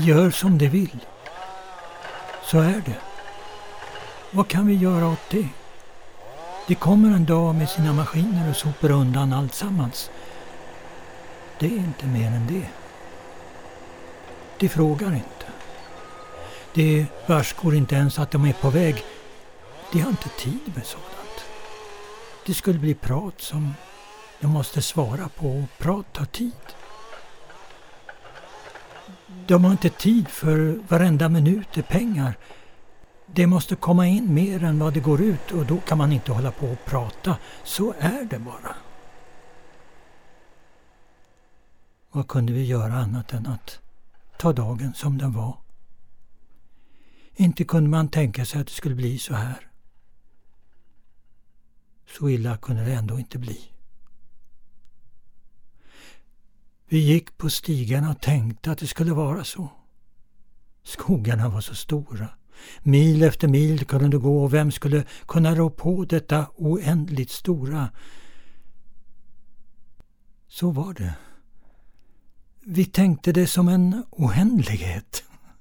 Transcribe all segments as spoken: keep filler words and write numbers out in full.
gör som de vill. Så är det. Vad kan vi göra åt det? Det kommer en dag med sina maskiner och sopar undan allt sammans. Det är inte mer än det. De frågar inte. De varskor inte ens att de är på väg. De har inte tid med sådant. Det skulle bli prat som de måste svara på, och prat tar tid. De har inte tid för varenda minut är pengar. Det måste komma in mer än vad det går ut, och då kan man inte hålla på och prata. Så är det bara. Vad kunde vi göra annat än att ta dagen som den var? Inte kunde man tänka sig att det skulle bli så här. Så illa kunde det ändå inte bli. Vi gick på stigarna och tänkte att det skulle vara så. Skogarna var så stora. Mil efter mil kunde det gå, och vem skulle kunna rå på detta oändligt stora? Så var det. Vi tänkte det som en oändlighet.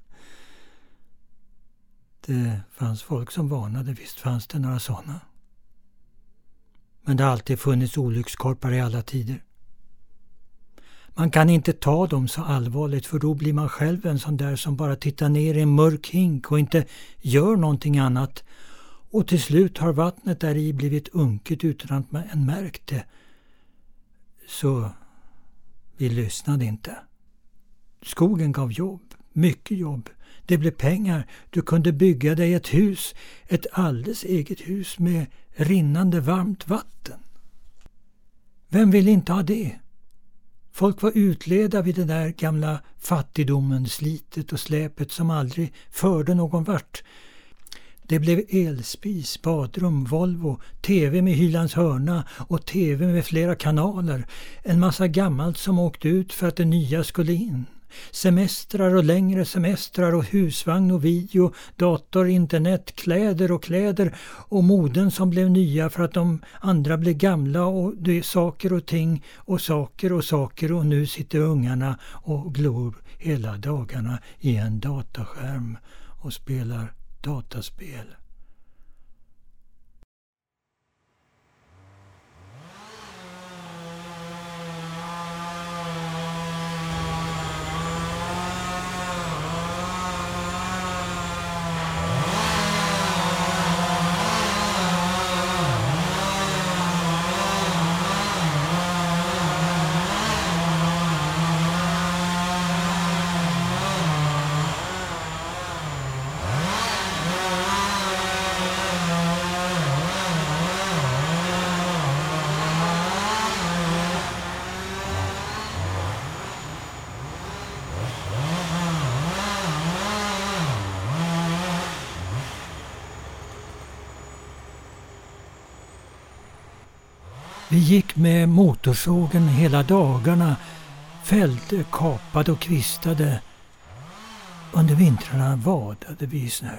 Det fanns folk som varnade, visst fanns det några sådana. Men det har alltid funnits olyckskorpar i alla tider. Man kan inte ta dem så allvarligt, för då blir man själv en sån där som bara tittar ner i en mörk hink och inte gör någonting annat. Och till slut har vattnet där i blivit unket utan att man märkt det. Så vi lyssnade inte. Skogen gav jobb, mycket jobb. Det blev pengar. Du kunde bygga dig ett hus, ett alldeles eget hus med rinnande varmt vatten. Vem vill inte ha det? Folk var utleda vid det där gamla fattigdomen, slitet och släpet som aldrig förde någon vart. Det blev elspis, badrum, Volvo, tv med Hylands hörna och tv med flera kanaler. En massa gammalt som åkte ut för att det nya skulle in. Semestrar och längre semestrar och husvagn och video, dator, internet, kläder och kläder och moden som blev nya för att de andra blev gamla, och det är saker och ting och saker och saker, och nu sitter ungarna och glor hela dagarna i en dataskärm och spelar dataspel. Vi gick med motorsågen hela dagarna, fällde, kapade och kvistade. Under vintrarna vadade vi i snö.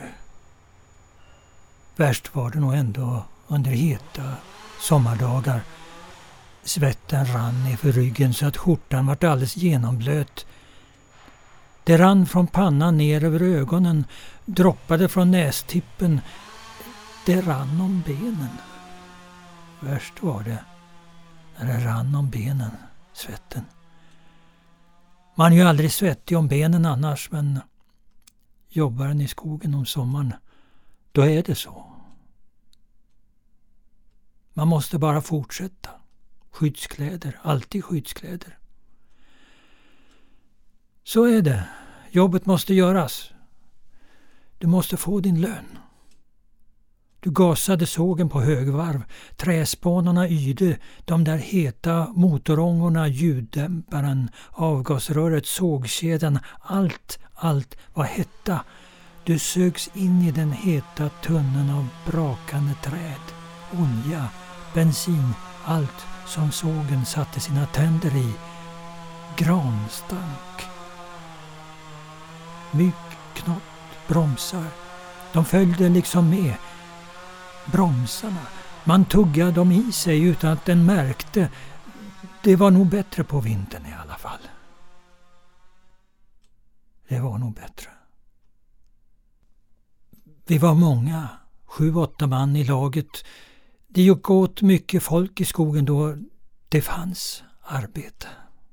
Värst var det nog ändå under heta sommardagar. Svetten rann ner för ryggen så att skjortan var alldeles genomblöt. Det rann från pannan ner över ögonen, droppade från nästippen. Det rann om benen. Värst var det när det rann om benen, svetten. Man är ju aldrig svettig om benen annars, men jobbar den i skogen om sommaren, då är det så. Man måste bara fortsätta. Skyddskläder, alltid skyddskläder. Så är det. Jobbet måste göras. Du måste få din lön. Du gasade sågen på högvarv, träspanarna yrde, de där heta motorångorna, ljuddämparen, avgasröret, sågkedjan, allt, allt var hetta. Du sögs in i den heta tunneln av brakande träd, olja, bensin, allt som sågen satte sina tänder i. Granstank. Mygg, knott, bromsar. De följde liksom med. Bromsarna. Man tuggade dem i sig utan att den märkte. Det var nog bättre på vintern i alla fall. Det var nog bättre. Vi var många, sju, åtta man i laget. Det gick åt mycket folk i skogen då det fanns arbete.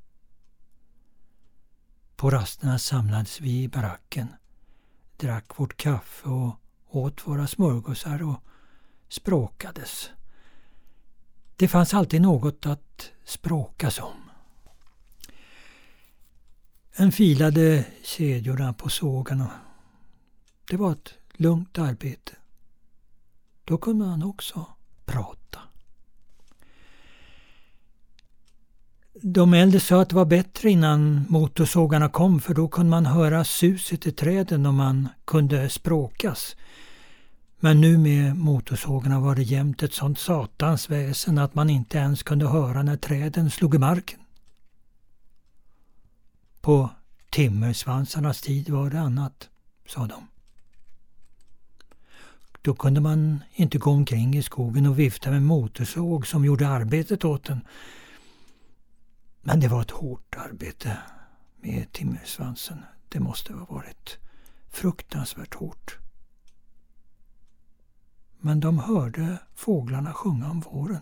På rasterna samlades vi i baracken, drack vårt kaffe och åt våra smörgåsar och språkades. Det fanns alltid något att språkas om. En filade kedjorna på sågarna. Det var ett lugnt arbete. Då kunde man också prata. De äldre sa att det var bättre innan motorsågarna kom, för då kunde man höra suset i träden och man kunde språkas. Men nu med motorsågarna var det jämt ett sånt satans väsen att man inte ens kunde höra när träden slog i marken. På timmersvansarnas tid var det annat, sa de. Då kunde man inte gå omkring i skogen och vifta med motorsåg som gjorde arbetet åt en. Men det var ett hårt arbete med timmersvansen. Det måste ha varit fruktansvärt hårt. Men de hörde fåglarna sjunga om våren.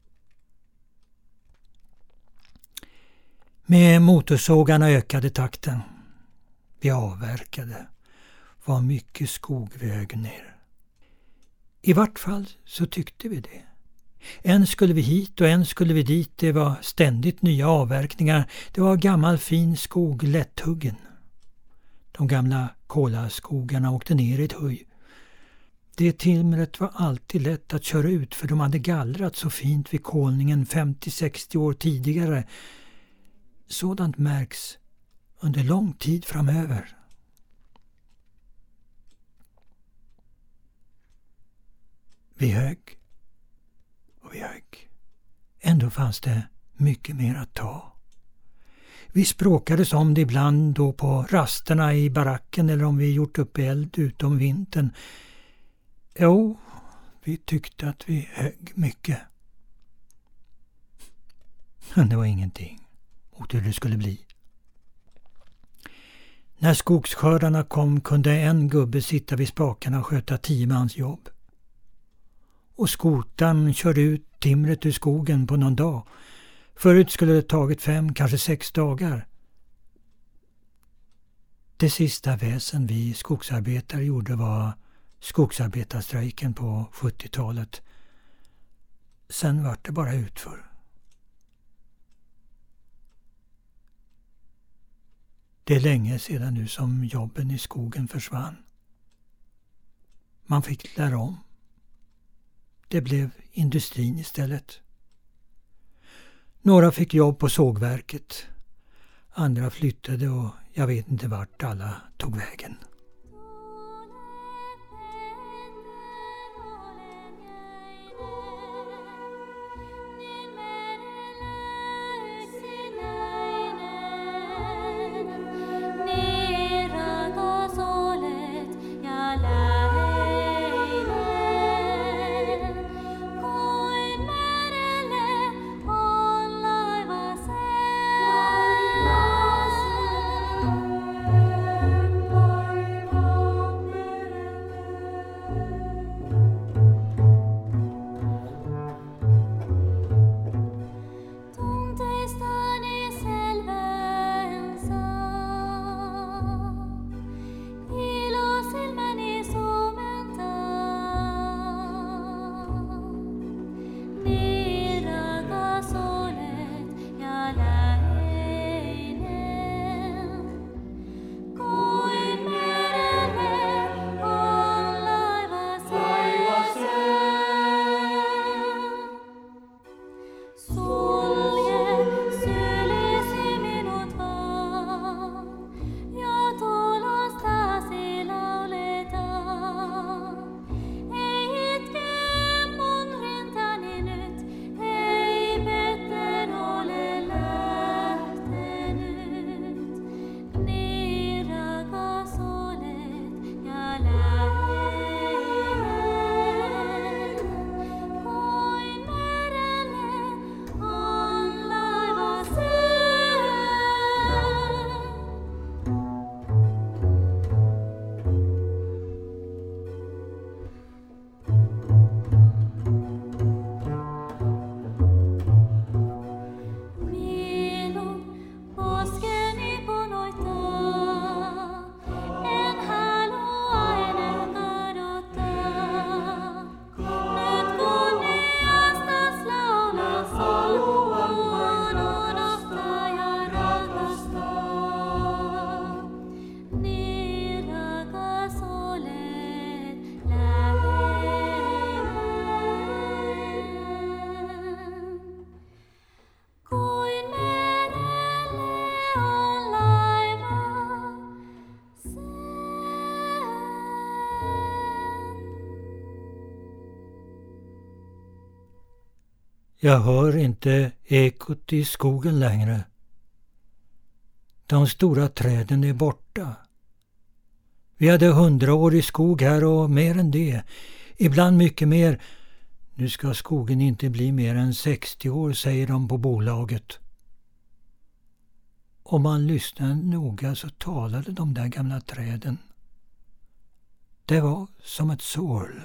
Med motorsågarna ökade takten. Vi avverkade. Var mycket skog vi högg ner. I vart fall så tyckte vi det. En skulle vi hit och en skulle vi dit. Det var ständigt nya avverkningar. Det var gammal fin skog, lätthuggen. De gamla kolaskogarna åkte ner i ett höj. Det timret var alltid lätt att köra ut, för de hade gallrat så fint vid kolningen femtio sextio år tidigare. Sådant märks under lång tid framöver. Vi högg och vi högg. Ändå fanns det mycket mer att ta. Vi språkades om det ibland då på rasterna i baracken eller om vi gjort upp eld utom vintern. Jo, vi tyckte att vi högg mycket. Men det var ingenting mot hur det skulle bli. När skogsskördarna kom kunde en gubbe sitta vid spakarna och sköta tio mans jobb. Och skotan körde ut timret ur skogen på någon dag. Förut skulle det tagit fem, kanske sex dagar. Det sista väsen vi skogsarbetare gjorde var skogsarbetarstrejken på sjuttiotalet. Sen var det bara utför. Det är länge sedan nu som jobben i skogen försvann. Man fick lära om. Det blev industrin istället. Några fick jobb på sågverket. Andra flyttade och jag vet inte vart alla tog vägen. Jag hör inte ekot i skogen längre. De stora träden är borta. Vi hade hundraårig skog här och mer än det. Ibland mycket mer. Nu ska skogen inte bli mer än sextio år, säger de på bolaget. Om man lyssnade noga så talade de där gamla träden. Det var som ett sorl.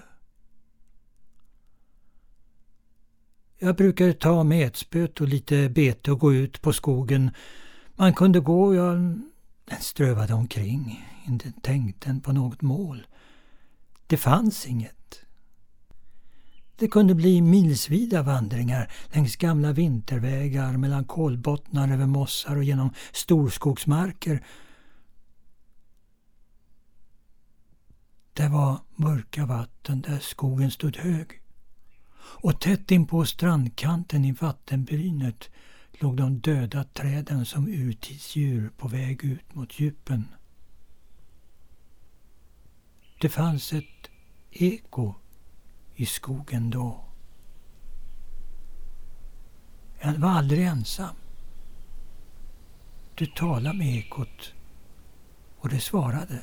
Jag brukade ta metspöt och lite bete och gå ut på skogen. Man kunde gå och jag den strövade omkring. Inte tänkte på något mål. Det fanns inget. Det kunde bli milsvida vandringar längs gamla vintervägar, mellan kolbottnar, över mossar och genom storskogsmarker. Det var mörka vatten där skogen stod hög. Och tätt in på strandkanten i vattenbrynet låg de döda träden som urtidsdjur på väg ut mot djupen. Det fanns ett eko i skogen då. Jag var aldrig ensam. Du talade med ekot och det svarade.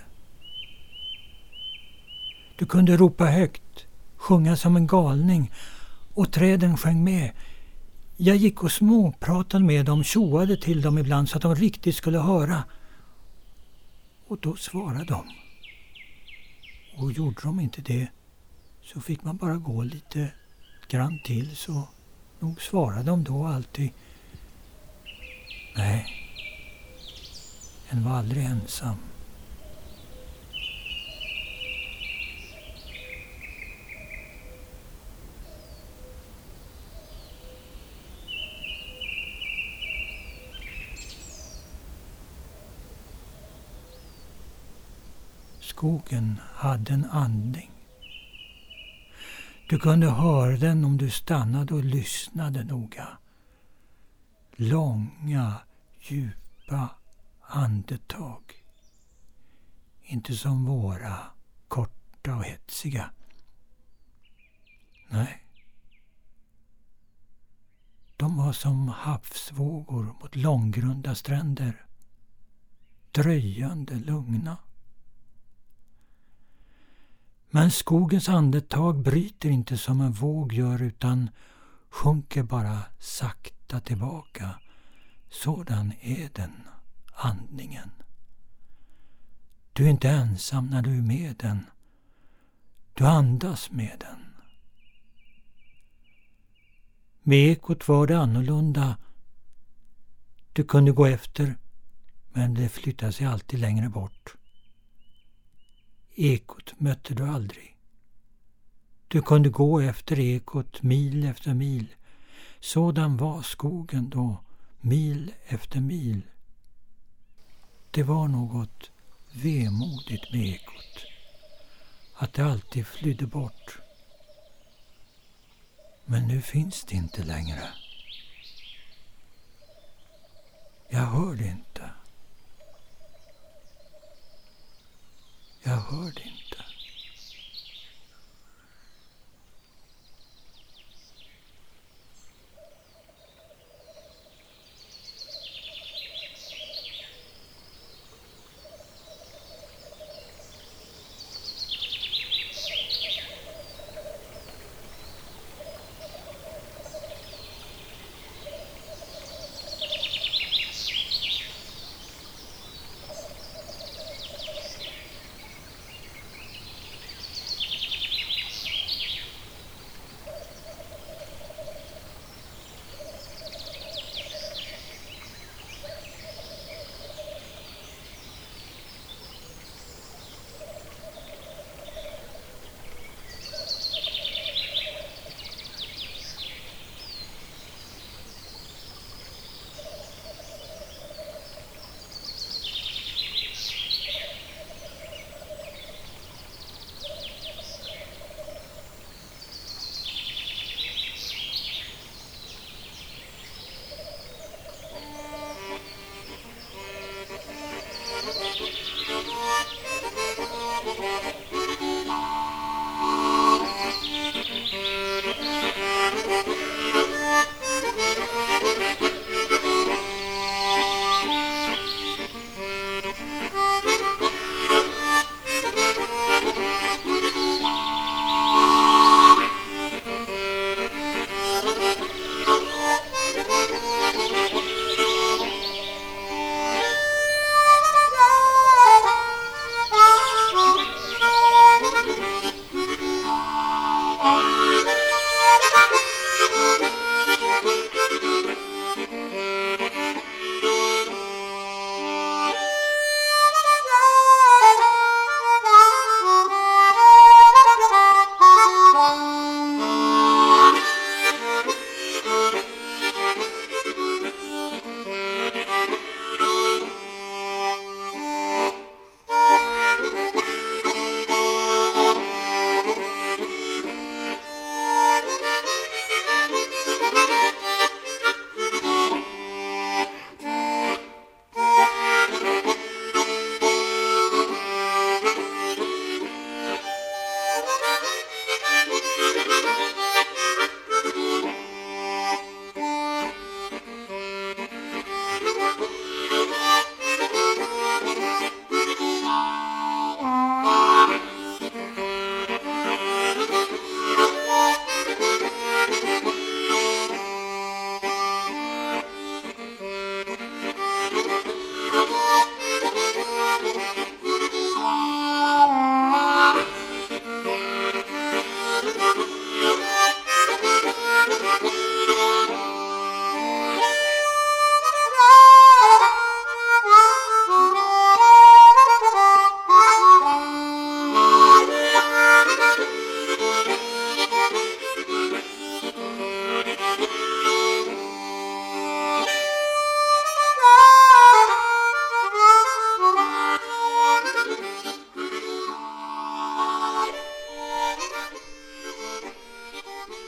Du kunde ropa högt, sjunga som en galning och träden sjöng med. Jag gick och småpratade med dem, tjoade till dem ibland så att de riktigt skulle höra. Och då svarade de. Och gjorde de inte det så fick man bara gå lite grann till, så nog svarade de då alltid. Nej, en var aldrig ensam. Skogen hade en andning. Du kunde höra den om du stannade och lyssnade noga. Långa, djupa andetag. Inte som våra, korta och hetsiga. Nej. De var som havsvågor mot långgrunda stränder. Dröjande, lugna. Men skogens andetag bryter inte som en våg gör utan sjunker bara sakta tillbaka. Sådan är den andningen. Du är inte ensam när du är med den. Du andas med den. Med ekot var det annorlunda. Du kunde gå efter, men det flyttade sig alltid längre bort. Ekot mötte du aldrig. Du kunde gå efter ekot mil efter mil. Sådan var skogen då, mil efter mil. Det var något vemodigt med ekot. Att det alltid flydde bort. Men nu finns det inte längre. Jag hör det inte. Jag hör det inte.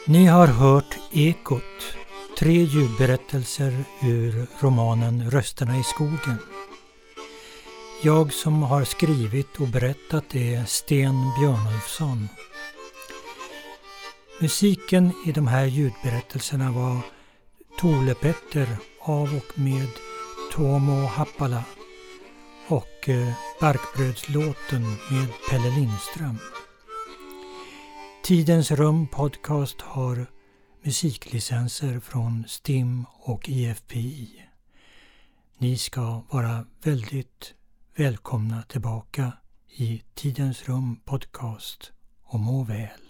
Ni har hört Ekot, tre ljudberättelser ur romanen Rösterna i skogen. Jag som har skrivit och berättat är Sten Björnulfsson. Musiken i de här ljudberättelserna var Tole Petter av och med Tuomo Happala och Barkbrödslåten med Pelle Lindström. Tidens rum podcast har musiklicenser från STIM och I F P I. Ni ska vara väldigt välkomna tillbaka i Tidens rum podcast och må väl.